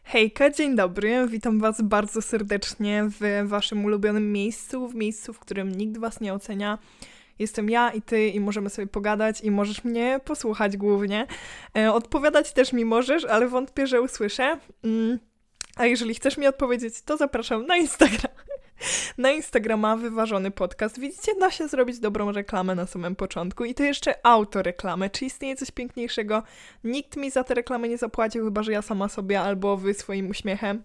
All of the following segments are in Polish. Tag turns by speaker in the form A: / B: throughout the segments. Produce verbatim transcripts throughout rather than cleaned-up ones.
A: Hejka, dzień dobry, witam was bardzo serdecznie w waszym ulubionym miejscu, w miejscu, w którym nikt was nie ocenia. Jestem ja i ty i możemy sobie pogadać i możesz mnie posłuchać głównie. E, odpowiadać też mi możesz, ale wątpię, że usłyszę. Mm. A jeżeli chcesz mi odpowiedzieć, to zapraszam na Instagram. Na Instagrama Wyważony Podcast. Widzicie, da się zrobić dobrą reklamę na samym początku i to jeszcze autoreklamę. Czy istnieje coś piękniejszego? Nikt mi za tę reklamę nie zapłacił, chyba że ja sama sobie albo wy swoim uśmiechem.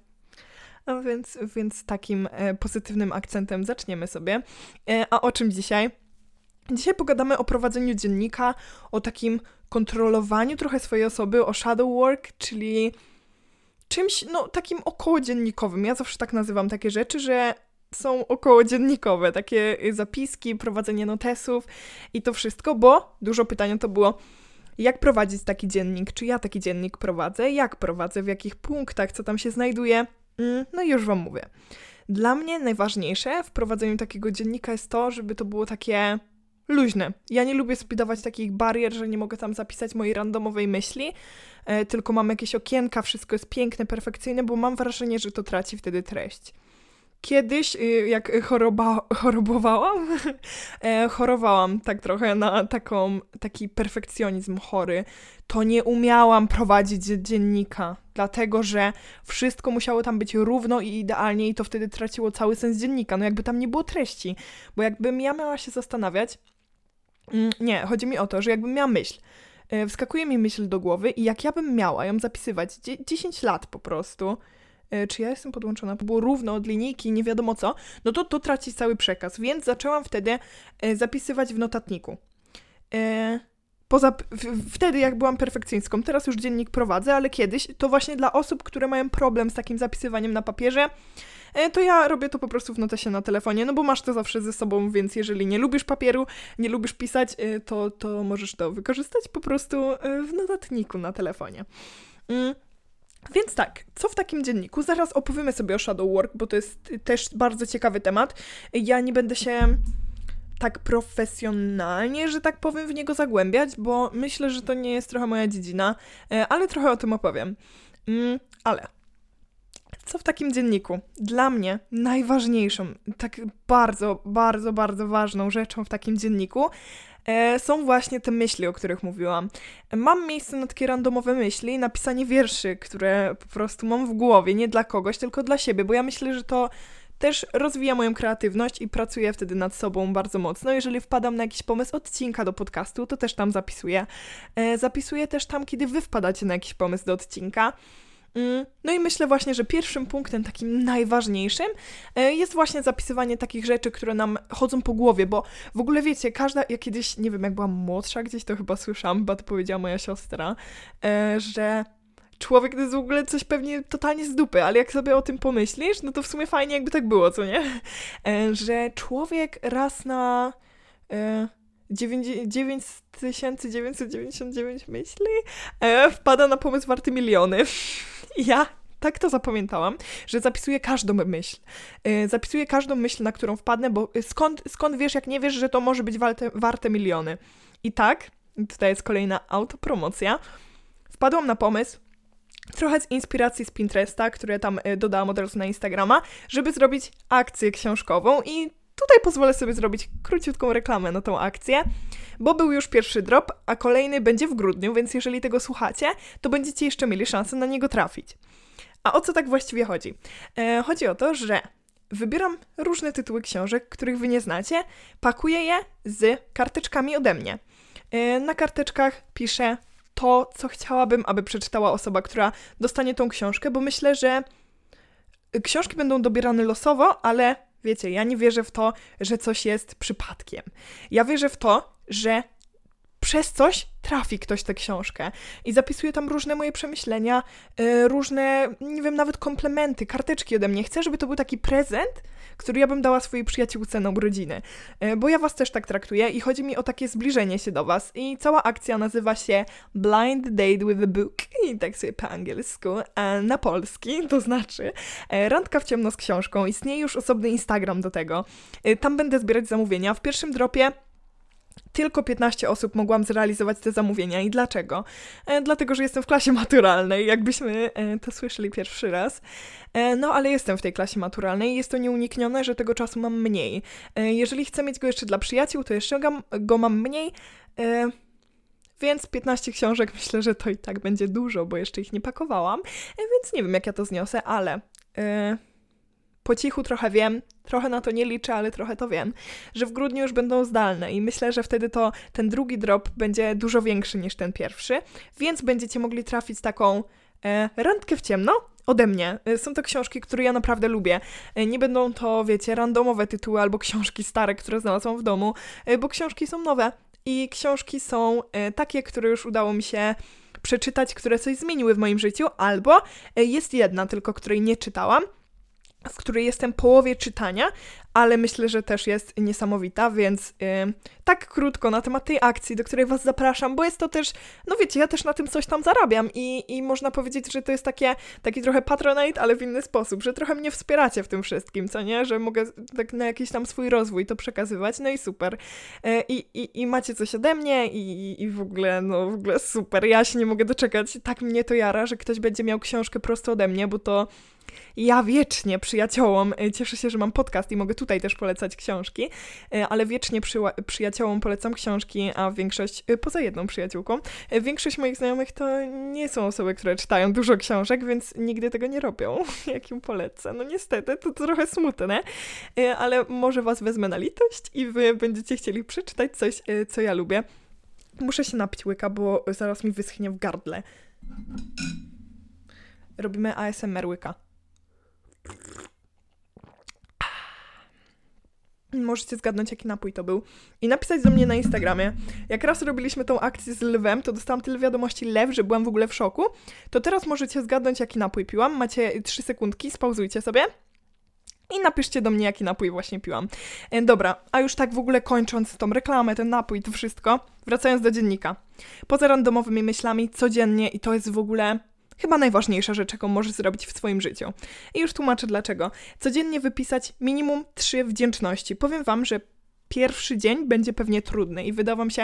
A: A więc, więc takim e, pozytywnym akcentem zaczniemy sobie. E, a o czym dzisiaj? Dzisiaj pogadamy o prowadzeniu dziennika, o takim kontrolowaniu trochę swojej osoby, o shadow work, czyli czymś, no, takim okołodziennikowym. Ja zawsze tak nazywam takie rzeczy, że są okołodziennikowe, takie zapiski, prowadzenie notesów i to wszystko, bo dużo pytań to było, jak prowadzić taki dziennik, czy ja taki dziennik prowadzę, jak prowadzę, w jakich punktach, co tam się znajduje, no i już wam mówię. Dla mnie najważniejsze w prowadzeniu takiego dziennika jest to, żeby to było takie luźne. Ja nie lubię sobie dawać takich barier, że nie mogę tam zapisać mojej randomowej myśli, e, tylko mam jakieś okienka, wszystko jest piękne, perfekcyjne, bo mam wrażenie, że to traci wtedy treść. Kiedyś, jak choroba, chorobowałam, e, chorowałam tak trochę na taką, taki perfekcjonizm chory, to nie umiałam prowadzić dziennika, dlatego że wszystko musiało tam być równo i idealnie i to wtedy traciło cały sens dziennika, no jakby tam nie było treści, bo jakbym ja miała się zastanawiać, mm, nie, chodzi mi o to, że jakbym miała myśl, e, wskakuje mi myśl do głowy i jak ja bym miała ją zapisywać dziesięć lat po prostu, czy ja jestem podłączona, było równo od linijki, nie wiadomo co, no to to traci cały przekaz, więc zaczęłam wtedy e, zapisywać w notatniku. E, poza, w, wtedy jak byłam perfekcyjską, teraz już dziennik prowadzę, ale kiedyś to właśnie dla osób, które mają problem z takim zapisywaniem na papierze, e, to ja robię to po prostu w notesie na telefonie, no bo masz to zawsze ze sobą, więc jeżeli nie lubisz papieru, nie lubisz pisać, e, to, to możesz to wykorzystać po prostu e, w notatniku na telefonie. Mm. Więc tak, co w takim dzienniku? Zaraz opowiemy sobie o shadow work, bo to jest też bardzo ciekawy temat. Ja nie będę się tak profesjonalnie, że tak powiem, w niego zagłębiać, bo myślę, że to nie jest trochę moja dziedzina, ale trochę o tym opowiem. Ale co w takim dzienniku? Dla mnie najważniejszą, tak bardzo, bardzo, bardzo ważną rzeczą w takim dzienniku e, są właśnie te myśli, o których mówiłam. Mam miejsce na takie randomowe myśli, napisanie wierszy, które po prostu mam w głowie, nie dla kogoś, tylko dla siebie, bo ja myślę, że to też rozwija moją kreatywność i pracuję wtedy nad sobą bardzo mocno. Jeżeli wpadam na jakiś pomysł odcinka do podcastu, to też tam zapisuję. E, zapisuję też tam, kiedy wy wpadacie na jakiś pomysł do odcinka. No i myślę właśnie, że pierwszym punktem, takim najważniejszym jest właśnie zapisywanie takich rzeczy, które nam chodzą po głowie, bo w ogóle wiecie, każda, ja kiedyś, nie wiem, jak byłam młodsza gdzieś, to chyba słyszałam, chyba to powiedziała moja siostra, że człowiek to jest w ogóle coś pewnie totalnie z dupy, ale jak sobie o tym pomyślisz, no to w sumie fajnie jakby tak było, co nie? Że człowiek raz na dziewięć tysięcy dziewięćset dziewięćdziesiąt dziewięć myśli e, wpada na pomysł warty miliony. Ja tak to zapamiętałam, że zapisuję każdą myśl. E, zapisuję każdą myśl, na którą wpadnę, bo skąd, skąd wiesz, jak nie wiesz, że to może być warte, warte miliony. I tak, tutaj jest kolejna autopromocja, wpadłam na pomysł, trochę z inspiracji z Pinteresta, które tam dodałam od razu na Instagrama, żeby zrobić akcję książkową i tutaj pozwolę sobie zrobić króciutką reklamę na tą akcję, bo był już pierwszy drop, a kolejny będzie w grudniu, więc jeżeli tego słuchacie, to będziecie jeszcze mieli szansę na niego trafić. A o co tak właściwie chodzi? E, chodzi o to, że wybieram różne tytuły książek, których wy nie znacie, pakuję je z karteczkami ode mnie. E, na karteczkach piszę to, co chciałabym, aby przeczytała osoba, która dostanie tą książkę, bo myślę, że książki będą dobierane losowo, ale wiecie, ja nie wierzę w to, że coś jest przypadkiem. Ja wierzę w to, że przez coś trafi ktoś tę książkę i zapisuję tam różne moje przemyślenia, yy, różne, nie wiem, nawet komplementy, karteczki ode mnie. Chcę, żeby to był taki prezent, który ja bym dała swojej przyjaciółce na urodziny, yy, bo ja was też tak traktuję i chodzi mi o takie zbliżenie się do was i cała akcja nazywa się Blind Date with a Book i tak sobie po angielsku, a na polski, to znaczy yy, randka w ciemno z książką. Istnieje już osobny Instagram do tego. Yy, tam będę zbierać zamówienia. W pierwszym dropie tylko piętnaście osób mogłam zrealizować te zamówienia. I dlaczego? E, dlatego, że jestem w klasie maturalnej, jakbyśmy e, to słyszeli pierwszy raz. E, no, ale jestem w tej klasie maturalnej i jest to nieuniknione, że tego czasu mam mniej. E, jeżeli chcę mieć go jeszcze dla przyjaciół, to jeszcze go, go mam mniej. E, Więc piętnaście książek myślę, że to i tak będzie dużo, bo jeszcze ich nie pakowałam, więc nie wiem, jak ja to zniosę, ale yy, po cichu trochę wiem, trochę na to nie liczę, ale trochę to wiem, że w grudniu już będą zdalne i myślę, że wtedy to ten drugi drop będzie dużo większy niż ten pierwszy, więc będziecie mogli trafić taką yy, randkę w ciemno ode mnie. Yy, są to książki, które ja naprawdę lubię. Yy, nie będą to, wiecie, randomowe tytuły albo książki stare, które znalazłam w domu, yy, bo książki są nowe. I książki są e, takie, które już udało mi się przeczytać, które coś zmieniły w moim życiu, albo e, jest jedna tylko, której nie czytałam, w której jestem w połowie czytania, ale myślę, że też jest niesamowita, więc yy, tak krótko na temat tej akcji, do której was zapraszam, bo jest to też, no wiecie, ja też na tym coś tam zarabiam i, i można powiedzieć, że to jest takie, taki trochę patronate, ale w inny sposób, że trochę mnie wspieracie w tym wszystkim, co nie? Że mogę tak na jakiś tam swój rozwój to przekazywać, no i super. Yy, i, i, I macie coś ode mnie i, i w ogóle, no w ogóle super, ja się nie mogę doczekać, tak mnie to jara, że ktoś będzie miał książkę prosto ode mnie, bo to ja wiecznie przyjaciołom, cieszę się, że mam podcast i mogę tutaj też polecać książki, ale wiecznie przyła- przyjaciołom polecam książki, a większość, poza jedną przyjaciółką, większość moich znajomych to nie są osoby, które czytają dużo książek, więc nigdy tego nie robią, jak im polecę. No niestety, to, to trochę smutne, ale może was wezmę na litość i wy będziecie chcieli przeczytać coś, co ja lubię. Muszę się napić łyka, bo zaraz mi wyschnie w gardle. Robimy A S M R łyka. Możecie zgadnąć, jaki napój to był. I napisać do mnie na Instagramie. Jak raz robiliśmy tą akcję z lwem, to dostałam tyle wiadomości lew, że byłam w ogóle w szoku. To teraz możecie zgadnąć, jaki napój piłam. Macie trzy sekundki, spauzujcie sobie. I napiszcie do mnie, jaki napój właśnie piłam. E, dobra, a już tak w ogóle kończąc tą reklamę, ten napój, to wszystko, wracając do dziennika. Poza randomowymi myślami codziennie, i to jest w ogóle chyba najważniejsza rzecz, jaką możesz zrobić w swoim życiu. I już tłumaczę dlaczego. Codziennie wypisać minimum trzy wdzięczności. Powiem wam, że pierwszy dzień będzie pewnie trudny i wyda wam się,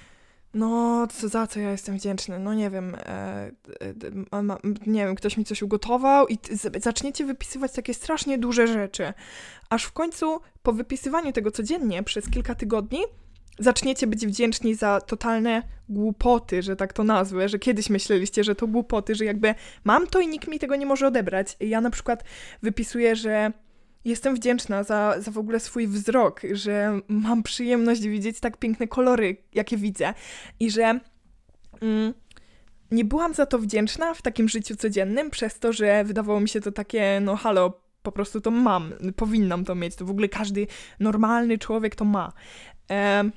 A: no co, za co ja jestem wdzięczny, no nie wiem, e, e, ma, nie wiem, ktoś mi coś ugotował i t- zaczniecie wypisywać takie strasznie duże rzeczy. Aż w końcu po wypisywaniu tego codziennie przez kilka tygodni zaczniecie być wdzięczni za totalne głupoty, że tak to nazwę, że kiedyś myśleliście, że to głupoty, że jakby mam to i nikt mi tego nie może odebrać. Ja na przykład wypisuję, że jestem wdzięczna za, za w ogóle swój wzrok, że mam przyjemność widzieć tak piękne kolory, jakie widzę i że mm, nie byłam za to wdzięczna w takim życiu codziennym, przez to, że wydawało mi się to takie, no halo, po prostu to mam, powinnam to mieć, to w ogóle każdy normalny człowiek to ma. E,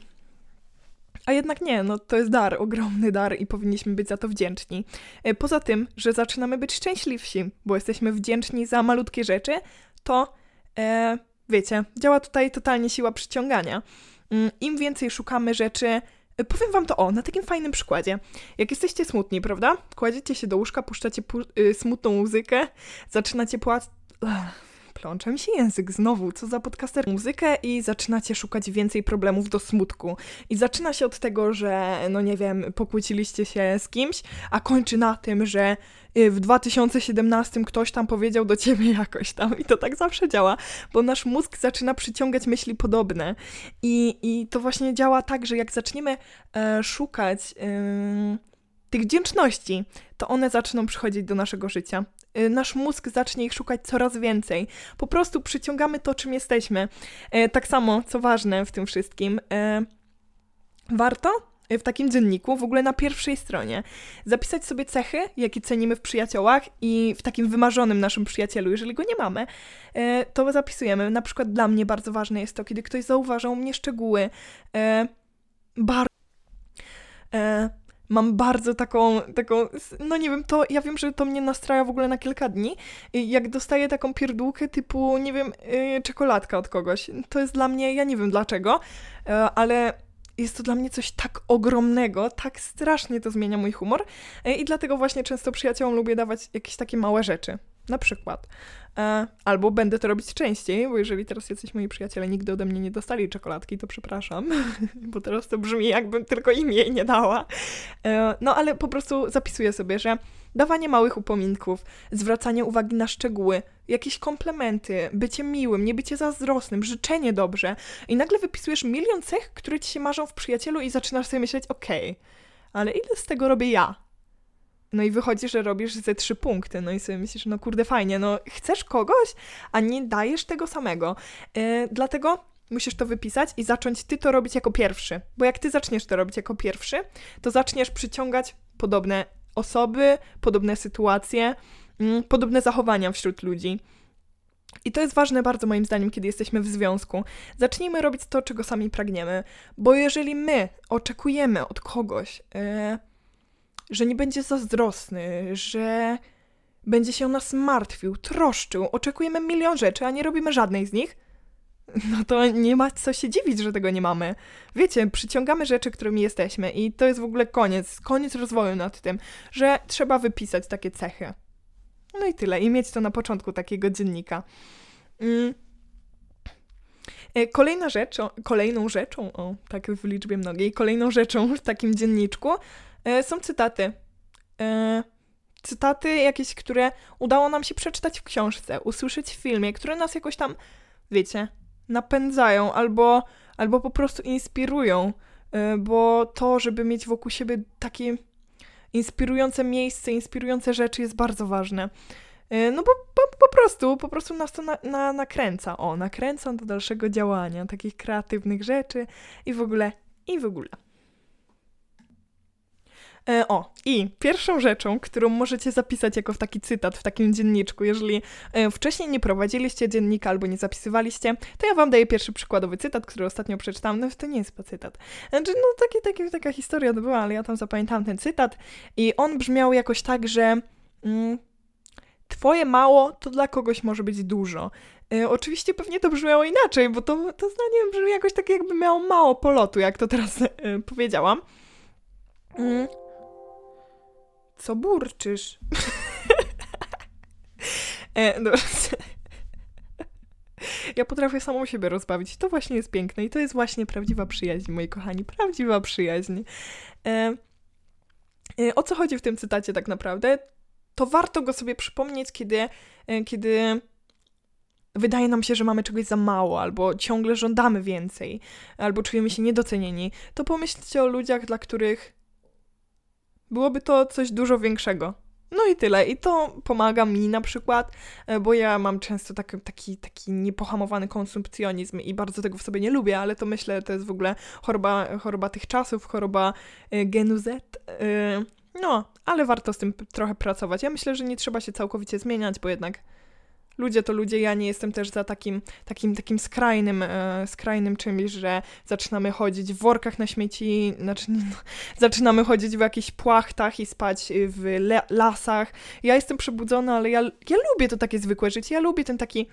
A: A jednak nie, no to jest dar, ogromny dar i powinniśmy być za to wdzięczni. Poza tym, że zaczynamy być szczęśliwsi, bo jesteśmy wdzięczni za malutkie rzeczy, to e, wiecie, działa tutaj totalnie siła przyciągania. Im więcej szukamy rzeczy, powiem wam to o, na takim fajnym przykładzie. Jak jesteście smutni, prawda? Kładziecie się do łóżka, puszczacie pu- y, smutną muzykę, zaczynacie płacać... Plącze mi się język znowu, co za podcaster. Muzykę i zaczynacie szukać więcej problemów do smutku. I zaczyna się od tego, że, no nie wiem, pokłóciliście się z kimś, a kończy na tym, że w dwa tysiące siedemnastym ktoś tam powiedział do ciebie jakoś tam. I to tak zawsze działa, bo nasz mózg zaczyna przyciągać myśli podobne. I, i to właśnie działa tak, że jak zaczniemy e, szukać e, tych wdzięczności, to one zaczną przychodzić do naszego życia. Nasz mózg zacznie ich szukać coraz więcej. Po prostu przyciągamy to, czym jesteśmy. E, tak samo, co ważne w tym wszystkim, e, warto w takim dzienniku, w ogóle na pierwszej stronie, zapisać sobie cechy, jakie cenimy w przyjaciołach i w takim wymarzonym naszym przyjacielu. Jeżeli go nie mamy, e, to zapisujemy. Na przykład dla mnie bardzo ważne jest to, kiedy ktoś zauważał u mnie szczegóły. E, bar- e, Mam bardzo taką, taką, no nie wiem, to ja wiem, że to mnie nastraja w ogóle na kilka dni. Jak dostaję taką pierdółkę typu, nie wiem, yy, czekoladka od kogoś. To jest dla mnie, ja nie wiem dlaczego, yy, ale jest to dla mnie coś tak ogromnego, tak strasznie to zmienia mój humor. Yy, I dlatego właśnie często przyjaciołom lubię dawać jakieś takie małe rzeczy. na przykład. E, albo będę to robić częściej, bo jeżeli teraz jacyś moi przyjaciele nigdy ode mnie nie dostali czekoladki, to przepraszam, bo teraz to brzmi, jakbym tylko im jej nie dała. E, no ale po prostu zapisuję sobie, że dawanie małych upominków, zwracanie uwagi na szczegóły, jakieś komplementy, bycie miłym, nie bycie zazdrosnym, życzenie dobrze i nagle wypisujesz milion cech, które ci się marzą w przyjacielu i zaczynasz sobie myśleć, okej, okay, ale ile z tego robię ja? No i wychodzi, że robisz ze trzy punkty, no i sobie myślisz, no kurde fajnie, no chcesz kogoś, a nie dajesz tego samego. Yy, dlatego musisz to wypisać i zacząć ty to robić jako pierwszy, bo jak ty zaczniesz to robić jako pierwszy, to zaczniesz przyciągać podobne osoby, podobne sytuacje, yy, podobne zachowania wśród ludzi. I to jest ważne bardzo moim zdaniem, kiedy jesteśmy w związku. Zacznijmy robić to, czego sami pragniemy, bo jeżeli my oczekujemy od kogoś, yy, że nie będzie zazdrosny, że będzie się o nas martwił, troszczył, oczekujemy milion rzeczy, a nie robimy żadnej z nich, no to nie ma co się dziwić, że tego nie mamy. Wiecie, przyciągamy rzeczy, którymi jesteśmy i to jest w ogóle koniec, koniec rozwoju nad tym, że trzeba wypisać takie cechy. No i tyle, i mieć to na początku takiego dziennika. Mm. Kolejna rzecz, o, kolejną rzeczą, o, tak w liczbie mnogiej, kolejną rzeczą w takim dzienniczku e, są cytaty. E, cytaty jakieś, które udało nam się przeczytać w książce, usłyszeć w filmie, które nas jakoś tam, wiecie, napędzają albo, albo po prostu inspirują, e, bo to, żeby mieć wokół siebie takie inspirujące miejsce, inspirujące rzeczy jest bardzo ważne. No bo po, po prostu, po prostu nas to na, na, nakręca. O, nakręca do dalszego działania, takich kreatywnych rzeczy i w ogóle, i w ogóle. E, o, i pierwszą rzeczą, którą możecie zapisać jako w taki cytat w takim dzienniczku, jeżeli e, wcześniej nie prowadziliście dziennika albo nie zapisywaliście, to ja wam daję pierwszy przykładowy cytat, który ostatnio przeczytałam. No to nie jest chyba cytat. Znaczy, no taki, taki, taka historia to była, ale ja tam zapamiętałam ten cytat i on brzmiał jakoś tak, że mm, twoje mało to dla kogoś może być dużo. E, oczywiście pewnie to brzmiało inaczej, bo to, to zdanie brzmi jakoś tak, jakby miało mało polotu, jak to teraz e, powiedziałam. Mm. Co burczysz? e, no. Ja potrafię samą siebie rozbawić. To właśnie jest piękne i to jest właśnie prawdziwa przyjaźń, moi kochani. Prawdziwa przyjaźń. E, e, o co chodzi w tym cytacie tak naprawdę? To warto go sobie przypomnieć, kiedy, e, kiedy wydaje nam się, że mamy czegoś za mało, albo ciągle żądamy więcej, albo czujemy się niedocenieni. To pomyślcie o ludziach, dla których byłoby to coś dużo większego. No i tyle. I to pomaga mi na przykład, bo ja mam często taki, taki, taki niepohamowany konsumpcjonizm i bardzo tego w sobie nie lubię, ale to myślę, to jest w ogóle choroba, choroba tych czasów, choroba y, genu Z. Y, no, ale warto z tym trochę pracować. Ja myślę, że nie trzeba się całkowicie zmieniać, bo jednak ludzie to ludzie, ja nie jestem też za takim, takim, takim skrajnym, e, skrajnym czymś, że zaczynamy chodzić w workach na śmieci, znaczy nie, no, zaczynamy chodzić w jakichś płachtach i spać w le- lasach. Ja jestem przebudzona, ale ja, ja lubię to takie zwykłe życie, ja lubię ten taki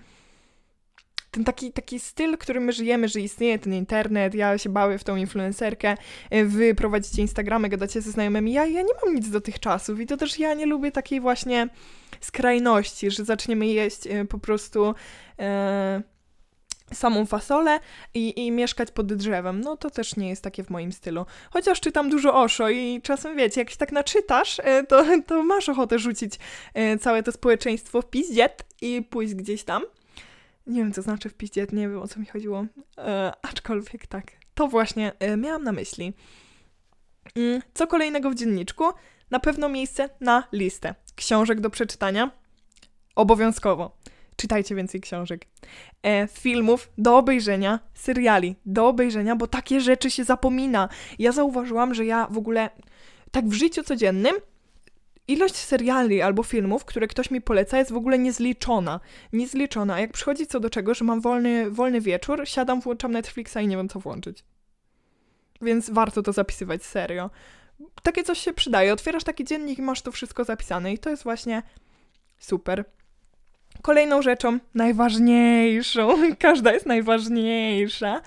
A: ten taki, taki styl, którym my żyjemy, że istnieje ten internet, ja się bawię w tą influencerkę, wy prowadzicie Instagramy, gadacie ze znajomymi, ja, ja nie mam nic do tych czasów i to też ja nie lubię takiej właśnie skrajności, że zaczniemy jeść e, po prostu e, samą fasolę i, i mieszkać pod drzewem. No to też nie jest takie w moim stylu. Chociaż czytam dużo Osho i czasem wiecie, jak się tak naczytasz, e, to, to masz ochotę rzucić e, całe to społeczeństwo w pizdziet i pójść gdzieś tam. Nie wiem, co znaczy w pizdziet, nie wiem, o co mi chodziło. E, aczkolwiek tak, to właśnie e, miałam na myśli. Mm, co kolejnego w dzienniczku? Na pewno miejsce na listę książek do przeczytania. Obowiązkowo. Czytajcie więcej książek. E, filmów do obejrzenia, seriali do obejrzenia, bo takie rzeczy się zapomina. Ja zauważyłam, że ja w ogóle tak w życiu codziennym ilość seriali albo filmów, które ktoś mi poleca, jest w ogóle niezliczona. Niezliczona. A jak przychodzi co do czego, że mam wolny, wolny wieczór, siadam, włączam Netflixa i nie wiem, co włączyć. Więc warto to zapisywać, serio. Takie coś się przydaje. Otwierasz taki dziennik i masz to wszystko zapisane i to jest właśnie super. Kolejną rzeczą, najważniejszą, każda jest najważniejsza,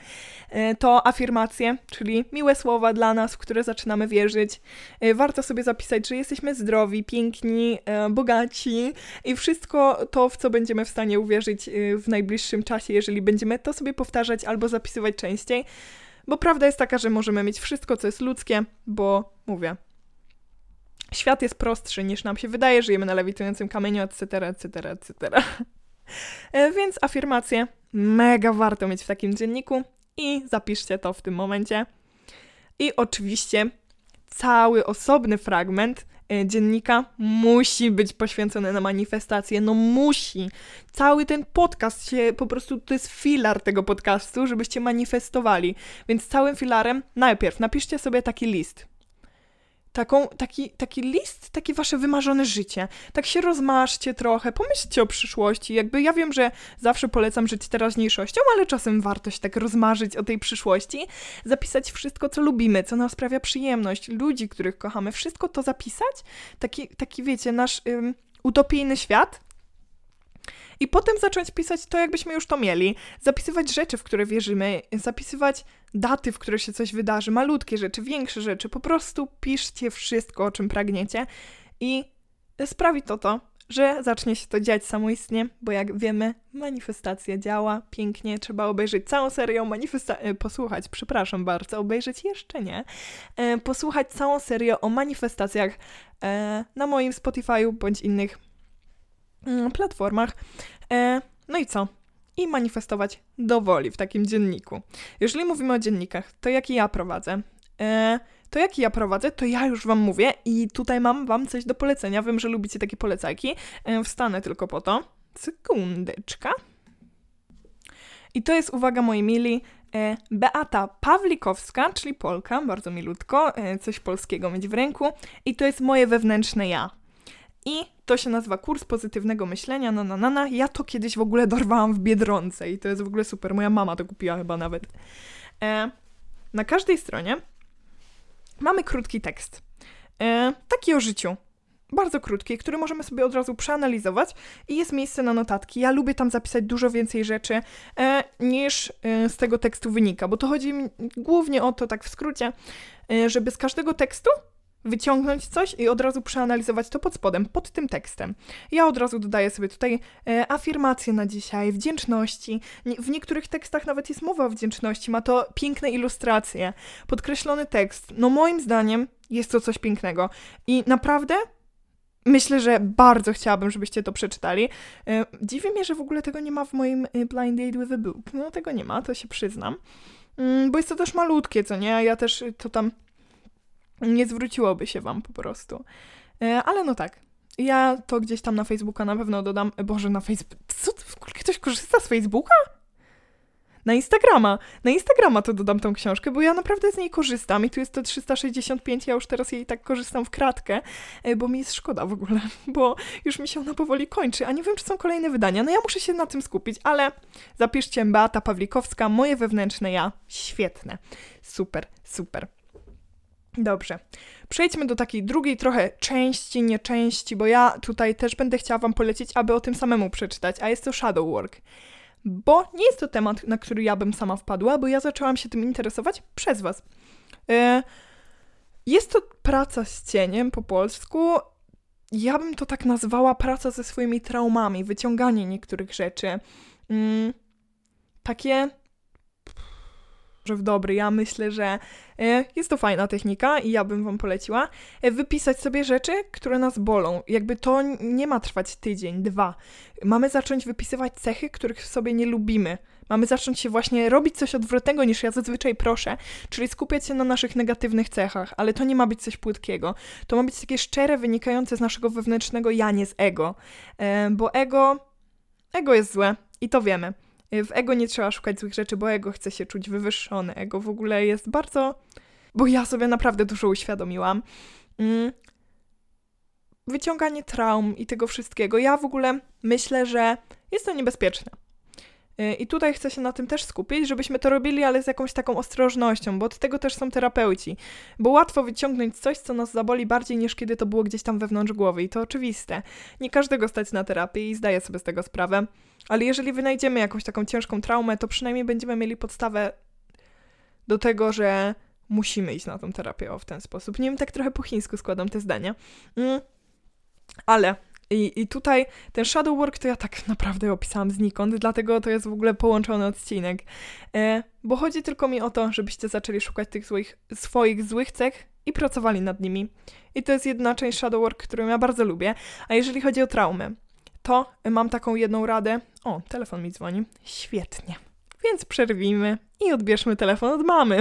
A: to afirmacje, czyli miłe słowa dla nas, w które zaczynamy wierzyć. Warto sobie zapisać, że jesteśmy zdrowi, piękni, bogaci i wszystko to, w co będziemy w stanie uwierzyć w najbliższym czasie, jeżeli będziemy to sobie powtarzać albo zapisywać częściej. Bo prawda jest taka, że możemy mieć wszystko, co jest ludzkie, bo mówię, świat jest prostszy niż nam się wydaje, żyjemy na lewitującym kamieniu, et cetera, et cetera, et cetera. Więc afirmacje mega warto mieć w takim dzienniku i zapiszcie to w tym momencie. I oczywiście cały osobny fragment dziennika musi być poświęcony na manifestację, no musi. Cały ten podcast się po prostu, to jest filar tego podcastu, żebyście manifestowali. Więc całym filarem najpierw napiszcie sobie taki list. Taką, taki, taki list, takie wasze wymarzone życie. Tak się rozmaszcie trochę, pomyślcie o przyszłości. Jakby ja wiem, że zawsze polecam żyć teraźniejszością, ale czasem warto się tak rozmarzyć o tej przyszłości. Zapisać wszystko, co lubimy, co nam sprawia przyjemność, ludzi, których kochamy. Wszystko to zapisać. Taki, taki wiecie, nasz ym, utopijny świat. I potem zacząć pisać to, jakbyśmy już to mieli. Zapisywać rzeczy, w które wierzymy, zapisywać daty, w które się coś wydarzy, malutkie rzeczy, większe rzeczy. Po prostu piszcie wszystko, o czym pragniecie i sprawi to to, że zacznie się to dziać samoistnie, bo jak wiemy, manifestacja działa pięknie. Trzeba obejrzeć całą serię manifestacji, posłuchać, przepraszam bardzo, obejrzeć jeszcze nie, e, posłuchać całą serię o manifestacjach e, na moim Spotify'u bądź innych platformach. E, no i co? I manifestować do woli w takim dzienniku. Jeżeli mówimy o dziennikach, to jaki ja prowadzę? E, to jaki ja prowadzę, to ja już wam mówię i tutaj mam wam coś do polecenia. Wiem, że lubicie takie polecajki. E, wstanę tylko po to. Sekundeczka. I to jest, uwaga moi mili, e, Beata Pawlikowska, czyli Polka, bardzo milutko, e, coś polskiego mieć w ręku. I to jest moje wewnętrzne ja. I to się nazywa Kurs Pozytywnego Myślenia, na, na, na, na. Ja to kiedyś w ogóle dorwałam w Biedronce i to jest w ogóle super. Moja mama to kupiła chyba nawet. E, na każdej stronie mamy krótki tekst. E, taki o życiu. Bardzo krótki, który możemy sobie od razu przeanalizować i jest miejsce na notatki. Ja lubię tam zapisać dużo więcej rzeczy e, niż e, z tego tekstu wynika, bo to chodzi mi głównie o to, tak w skrócie, e, żeby z każdego tekstu wyciągnąć coś i od razu przeanalizować to pod spodem, pod tym tekstem. Ja od razu dodaję sobie tutaj e, afirmacje na dzisiaj, wdzięczności. Nie, w niektórych tekstach nawet jest mowa o wdzięczności, ma to piękne ilustracje, podkreślony tekst. No moim zdaniem jest to coś pięknego i naprawdę myślę, że bardzo chciałabym, żebyście to przeczytali. E, dziwi mnie, że w ogóle tego nie ma w moim Blind Date with a Book. No tego nie ma, to się przyznam. Mm, bo jest to też malutkie, co nie? Ja też to tam nie zwróciłoby się wam po prostu. E, ale no tak. Ja to gdzieś tam na Facebooka na pewno dodam. Boże, na Facebook. Co? Ktoś korzysta z Facebooka? Na Instagrama. Na Instagrama to dodam tą książkę, bo ja naprawdę z niej korzystam i tu jest to trzysta sześćdziesiąt pięć, ja już teraz jej tak korzystam w kratkę, bo mi jest szkoda w ogóle, bo już mi się ona powoli kończy, a nie wiem, czy są kolejne wydania. No ja muszę się na tym skupić, ale zapiszcie Beata Pawlikowska, moje wewnętrzne ja. Świetne. Super, super. Dobrze. Przejdźmy do takiej drugiej trochę części, nie części, bo ja tutaj też będę chciała wam polecić, aby o tym samemu przeczytać, a jest to shadow work. Bo nie jest to temat, na który ja bym sama wpadła, bo ja zaczęłam się tym interesować przez was. Yy, jest to praca z cieniem po polsku. Ja bym to tak nazwała praca ze swoimi traumami, wyciąganie niektórych rzeczy. Yy, takie... w dobry. Ja myślę, że jest to fajna technika i ja bym wam poleciła. Wypisać sobie rzeczy, które nas bolą. Jakby to nie ma trwać tydzień, dwa. Mamy zacząć wypisywać cechy, których sobie nie lubimy. Mamy zacząć się właśnie robić coś odwrotnego niż ja zazwyczaj proszę, czyli skupiać się na naszych negatywnych cechach, ale to nie ma być coś płytkiego. To ma być takie szczere, wynikające z naszego wewnętrznego ja, nie z ego. Bo ego, ego jest złe i to wiemy. W ego nie trzeba szukać złych rzeczy, bo ego chce się czuć wywyższone. Ego w ogóle jest bardzo... Bo ja sobie naprawdę dużo uświadomiłam. Mm. Wyciąganie traum i tego wszystkiego. Ja w ogóle myślę, że jest to niebezpieczne. I tutaj chcę się na tym też skupić, żebyśmy to robili, ale z jakąś taką ostrożnością, bo od tego też są terapeuci. Bo łatwo wyciągnąć coś, co nas zaboli bardziej niż kiedy to było gdzieś tam wewnątrz głowy i to oczywiste. Nie każdego stać na terapię i zdaję sobie z tego sprawę, ale jeżeli wynajdziemy jakąś taką ciężką traumę, to przynajmniej będziemy mieli podstawę do tego, że musimy iść na tą terapię o, w ten sposób. Nie wiem, tak trochę po chińsku składam te zdania. Mm. Ale i, i tutaj ten shadow work to ja tak naprawdę opisałam znikąd, dlatego to jest w ogóle połączony odcinek. E, bo chodzi tylko mi o to, żebyście zaczęli szukać tych złych, swoich złych cech i pracowali nad nimi. I to jest jedna część shadow work, którą ja bardzo lubię. A jeżeli chodzi o traumę, to mam taką jedną radę. O, telefon mi dzwoni. Świetnie. Więc przerwijmy i odbierzmy telefon od mamy.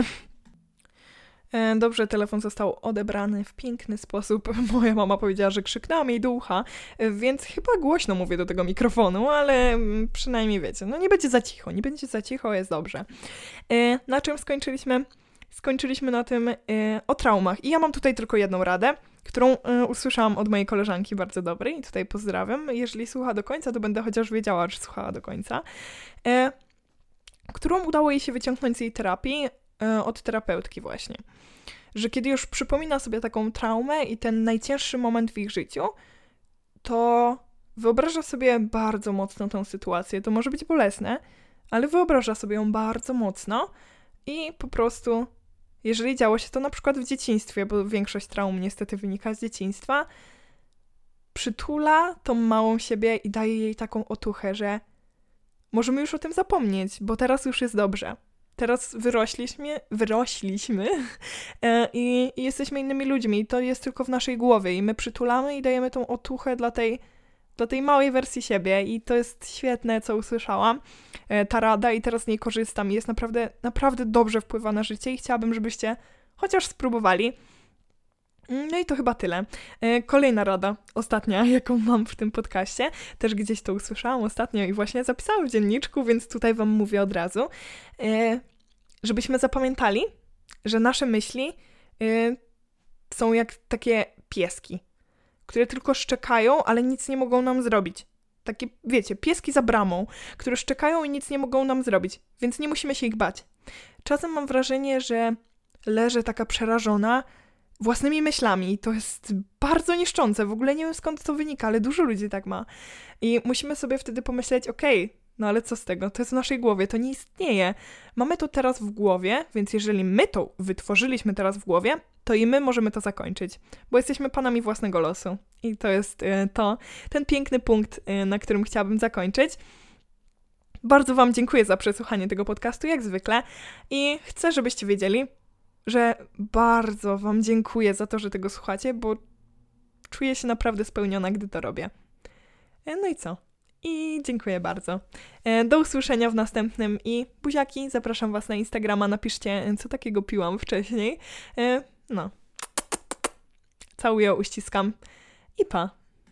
A: Dobrze, telefon został odebrany w piękny sposób. Moja mama powiedziała, że krzyknęłam jej do ucha, więc chyba głośno mówię do tego mikrofonu, ale przynajmniej wiecie, no nie będzie za cicho, nie będzie za cicho, jest dobrze. Na czym skończyliśmy? Skończyliśmy na tym o traumach i ja mam tutaj tylko jedną radę, którą usłyszałam od mojej koleżanki bardzo dobrej i tutaj pozdrawiam. Jeżeli słucha do końca, to będę chociaż wiedziała, że słuchała do końca. Którą udało jej się wyciągnąć z jej terapii, od terapeutki właśnie. Że kiedy już przypomina sobie taką traumę i ten najcięższy moment w ich życiu, to wyobraża sobie bardzo mocno tą sytuację. To może być bolesne, ale wyobraża sobie ją bardzo mocno i po prostu, jeżeli działo się to na przykład w dzieciństwie, bo większość traum niestety wynika z dzieciństwa, przytula tą małą siebie i daje jej taką otuchę, że możemy już o tym zapomnieć, bo teraz już jest dobrze. Teraz wyrośliśmy, wyrośliśmy e, i, i jesteśmy innymi ludźmi i to jest tylko w naszej głowie i my przytulamy i dajemy tą otuchę dla tej, dla tej małej wersji siebie i to jest świetne, co usłyszałam, e, ta rada i teraz z niej korzystam i jest naprawdę, naprawdę dobrze wpływa na życie i chciałabym, żebyście chociaż spróbowali. No i to chyba tyle. E, kolejna rada, ostatnia, jaką mam w tym podcaście, też gdzieś to usłyszałam ostatnio i właśnie zapisałam w dzienniczku, więc tutaj wam mówię od razu, e, żebyśmy zapamiętali, że nasze myśli e, są jak takie pieski, które tylko szczekają, ale nic nie mogą nam zrobić. Takie, wiecie, pieski za bramą, które szczekają i nic nie mogą nam zrobić, więc nie musimy się ich bać. Czasem mam wrażenie, że leżę taka przerażona własnymi myślami i to jest bardzo niszczące. W ogóle nie wiem, skąd to wynika, ale dużo ludzi tak ma. I musimy sobie wtedy pomyśleć, okej, okay, no ale co z tego? To jest w naszej głowie, to nie istnieje. Mamy to teraz w głowie, więc jeżeli my to wytworzyliśmy teraz w głowie, to i my możemy to zakończyć, bo jesteśmy panami własnego losu. I to jest y, to, ten piękny punkt, y, na którym chciałabym zakończyć. Bardzo wam dziękuję za przesłuchanie tego podcastu, jak zwykle. I chcę, żebyście wiedzieli, że bardzo wam dziękuję za to, że tego słuchacie, bo czuję się naprawdę spełniona, gdy to robię. No i co? I dziękuję bardzo. Do usłyszenia w następnym i buziaki, zapraszam was na Instagrama, napiszcie, co takiego piłam wcześniej. No. Całuję, uściskam i pa.